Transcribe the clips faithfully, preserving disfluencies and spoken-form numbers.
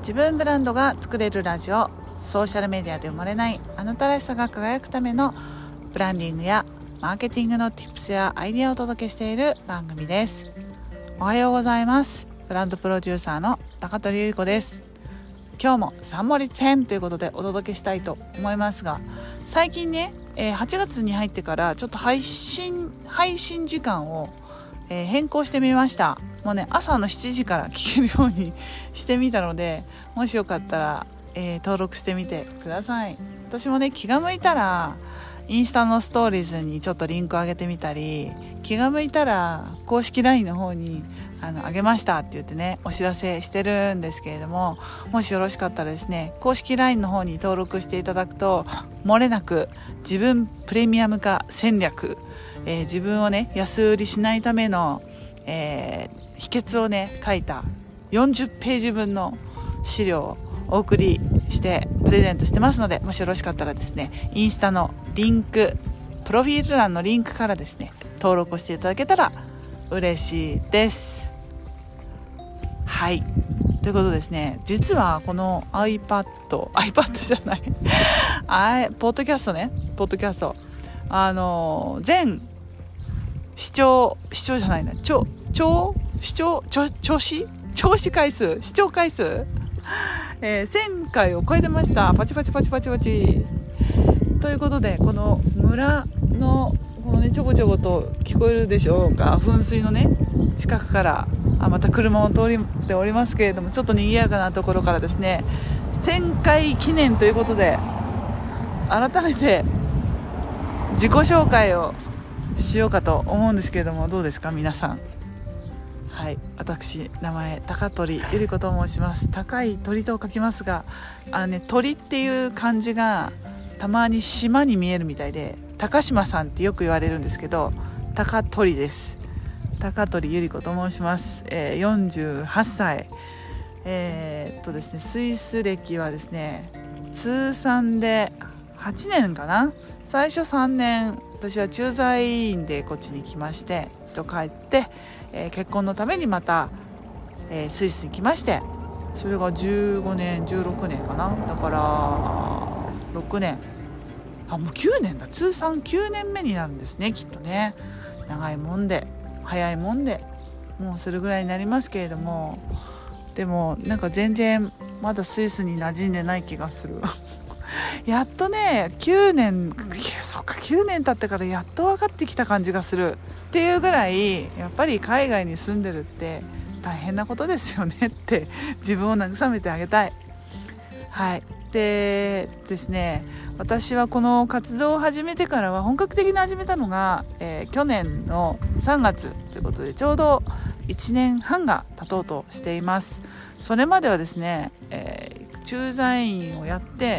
自分ブランドが作れるラジオ、ソーシャルメディアで生まれないあなたらしさが輝くためのブランディングやマーケティングの Tips やアイディアをお届けしている番組です。おはようございます。ブランドプロデューサーの高取ゆり子です。今日もサンモリッツ編ということでお届けしたいと思いますが、最近ね、えー、はちがつに入ってからちょっと配信配信時間を、えー、変更してみました。もうね、朝のしちじから聞けるようにしてみたので、もしよかったら、えー、登録してみてください。私もね、気が向いたらインスタのストーリーズにちょっとリンク上げてみたり、気が向いたら公式 ライン の方にあの上げましたって言ってね、お知らせしてるんですけれども、もしよろしかったらですね、公式 ライン の方に登録していただくと、漏れなく自分プレミアム化戦略、えー、自分をね安売りしないための、えー、秘訣をね書いたよんじゅっページ分の資料をお送りしてプレゼントしてますので、もしよろしかったらですね、インスタのリンク、プロフィール欄のリンクからですね、登録をしていただけたら嬉しいです。はい、ということですね、実はこの iPad iPad じゃないあポッドキャストねポッドキャストあの全視聴視聴じゃないな超超視聴聴聴視聴視回数視聴回数、えー、せんかいを超えてました。パチパチパチパチパチということで、この村のこのね、ちょこちょこと聞こえるでしょうか、噴水のね近くからあまた車を通りておりますけれども、ちょっと賑やかなところからですね、せんかい記念ということで改めて自己紹介をしようかと思うんですけれども、どうですか皆さん。はい、私名前高取ゆり子と申します。高い鳥と書きますが、あのね、鳥っていう漢字がたまに島に見えるみたいで、高島さんってよく言われるんですけど、高取です。高取ゆり子と申します。えー、よんじゅうはっさい、えー、っとですねスイス歴はですね通算ではちねんかな。最初さんねん私は駐在員でこっちに来まして、一度帰って、えー、結婚のためにまた、えー、スイスに来まして、それがじゅうごねんじゅうろくねんかな。だからろくねん、あもうきゅうねんだ、通算きゅうねんめになるんですね、きっとね。長いもんで早いもんでもうそれぐらいになりますけれども、でもなんか全然まだスイスに馴染んでない気がするやっとねきゅうねんそっかきゅうねん経ってからやっと分かってきた感じがするっていうぐらい、やっぱり海外に住んでるって大変なことですよねって自分を慰めてあげたい。はい、でですね、私はこの活動を始めてからは本格的に始めたのが、えー、去年のさんがつということで、ちょうどいちねんはんが経とうとしています。それまではですね、えー、駐在員をやって、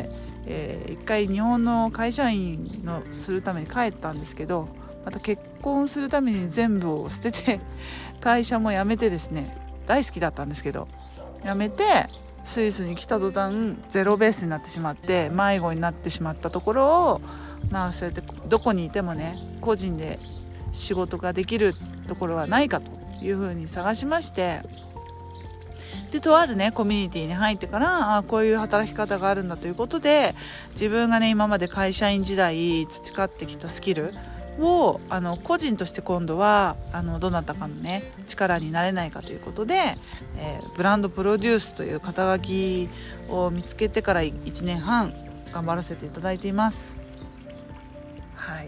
えー、一回日本の会社員のするために帰ったんですけど、また結婚するために全部を捨てて会社も辞めてですね、大好きだったんですけど辞めてスイスに来た途端ゼロベースになってしまって、迷子になってしまったところを、まあそうやってどこにいてもね個人で仕事ができるところはないかというふうに探しまして、でとあるねコミュニティに入ってから、あこういう働き方があるんだということで、自分がね今まで会社員時代培ってきたスキルをあの個人として今度はあのどなたかのね力になれないかということで、えー、ブランドプロデュースという肩書きを見つけてからいちねんはん頑張らせていただいています。はい、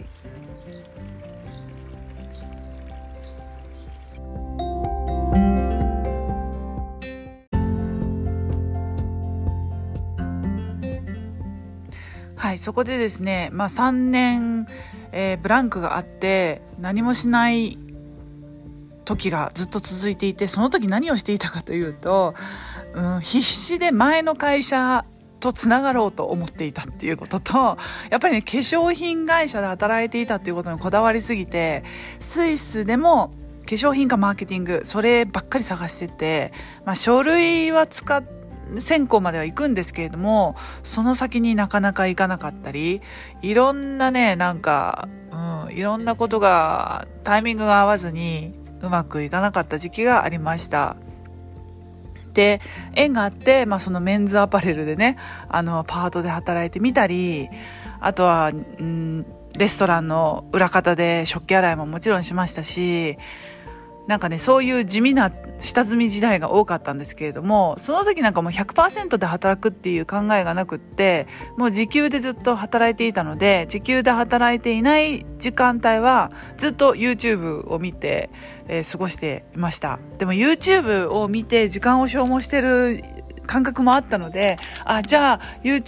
はい、そこでですね、まあ、さんねん、えー、ブランクがあって何もしない時がずっと続いていて、その時何をしていたかというと、うん、必死で前の会社とつながろうと思っていたっていうことと、やっぱりね化粧品会社で働いていたっていうことにこだわりすぎて、スイスでも化粧品かマーケティングそればっかり探してて、まあ、書類は使って選考までは行くんですけれども、その先になかなか行かなかったり、いろんなねなんか、うん、いろんなことがタイミングが合わずにうまくいかなかった時期がありました。 で縁があって、まあ、そのメンズアパレルでねあのパートで働いてみたり、あとはんレストランの裏方で食器洗いももちろんしましたし、なんかねそういう地味な下積み時代が多かったんですけれども、その時なんかもう ひゃくパーセント で働くっていう考えがなくって、もう時給でずっと働いていたので、時給で働いていない時間帯はずっと YouTube を見て、えー、過ごしていました。でも YouTube を見て時間を消耗してる感覚もあったので、あ、じゃあ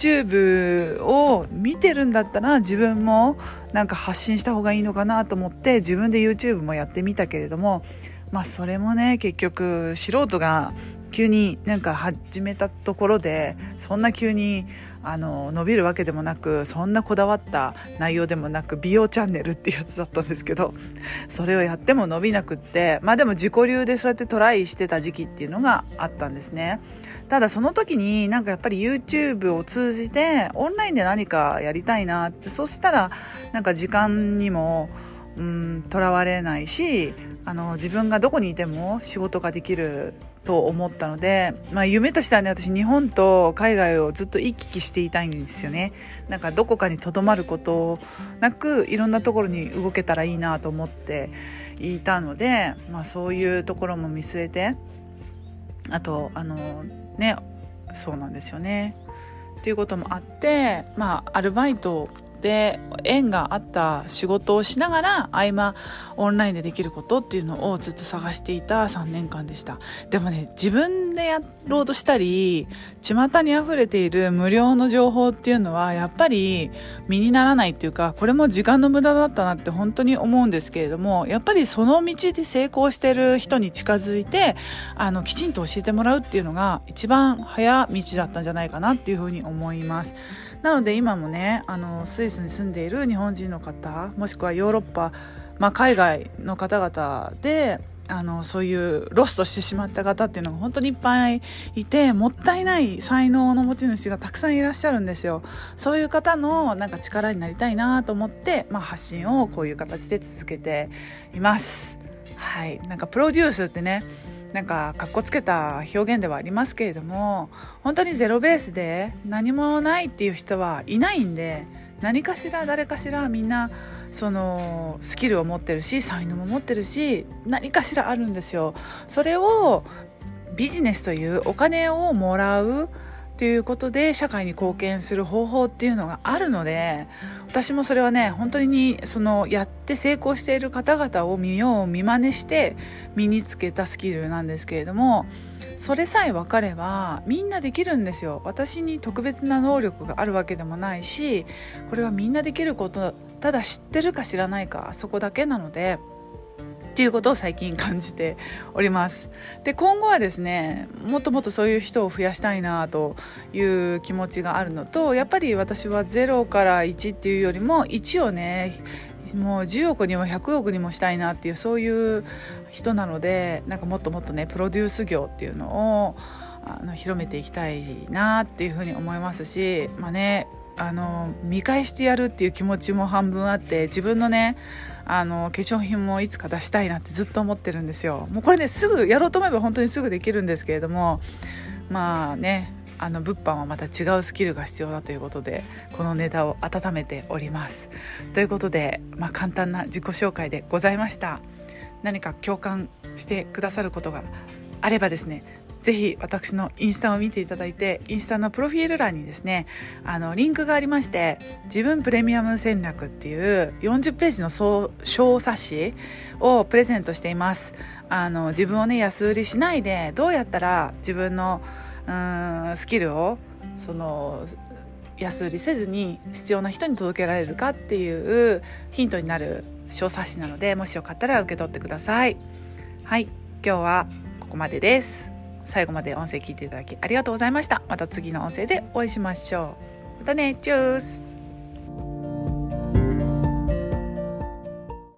YouTube を見てるんだったら自分もなんか発信した方がいいのかなと思って自分で YouTube もやってみたけれども、まあそれもね結局素人が急になんか始めたところでそんな急にあの伸びるわけでもなく、そんなこだわった内容でもなく、美容チャンネルっていうやつだったんですけど、それをやっても伸びなくって、まあでも自己流でそうやってトライしてた時期っていうのがあったんですね。ただその時になんかやっぱり YouTube を通じてオンラインで何かやりたいなって、そしたらなんか時間にもうんとらわれないし、あの自分がどこにいても仕事ができると思ったので、まあ、夢としてはね、私日本と海外をずっと行き来していたいんですよね。なんかどこかにとどまることなくいろんなところに動けたらいいなと思っていたので、まあ、そういうところも見据えて、あとあのねそうなんですよねっていうこともあって、まあアルバイトで縁があった仕事をしながら合間オンラインでできることっていうのをずっと探していたさんねんかんでした。でもね、自分でやろうとしたり巷にあふれている無料の情報っていうのはやっぱり身にならないっていうか、これも時間の無駄だったなって本当に思うんですけれども、やっぱりその道で成功してる人に近づいてあのきちんと教えてもらうっていうのが一番早道だったんじゃないかなっていうふうに思います。なので今もね、あのスイスに住んでいる日本人の方、もしくはヨーロッパ、まあ、海外の方々であのそういうロストしてしまった方っていうのが本当にいっぱいいて、もったいない才能の持ち主がたくさんいらっしゃるんですよ。そういう方のなんか力になりたいなと思って、まあ、発信をこういう形で続けています。はい、なんかプロデュースってね、なんかかっこつけた表現ではありますけれども、本当にゼロベースで何もないっていう人はいないんで、何かしら誰かしらみんなそのスキルを持ってるし才能も持ってるし、何かしらあるんですよ。それをビジネスというお金をもらうっていうことで社会に貢献する方法っていうのがあるので、私もそれはね本当にそのやって成功している方々を見よう見真似して身につけたスキルなんですけれども、それさえ分かればみんなできるんですよ。私に特別な能力があるわけでもないし、これはみんなできること、ただ知ってるか知らないかそこだけなのでっていうことを最近感じております。で、今後はですね、もっともっとそういう人を増やしたいなという気持ちがあるのと、やっぱり私はゼロからいちっていうよりもいちをねもうじゅうおくにもひゃくおくにもしたいなっていう、そういう人なので、なんかもっともっとねプロデュース業っていうのをあの広めていきたいなっていうふうに思いますし、まあね、あの見返してやるっていう気持ちも半分あって、自分のねあの化粧品もいつか出したいなってずっと思ってるんですよ。もうこれねすぐやろうと思えば本当にすぐできるんですけれども、まあね、あの物販はまた違うスキルが必要だということで、このネタを温めております。ということで、まあ、簡単な自己紹介でございました。何か共感してくださることがあればですね、ぜひ私のインスタを見ていただいて、インスタのプロフィール欄にですねあのリンクがありまして、自分プレミアム戦略っていうよんじゅっページの小冊子をプレゼントしています。あの自分をね安売りしないで、どうやったら自分のうーんスキルをその安売りせずに必要な人に届けられるかっていうヒントになる小冊子なので、もしよかったら受け取ってください。はい、今日はここまでです。最後まで音声聞いていただきありがとうございました。また次の音声でお会いしましょう。またね、チュース。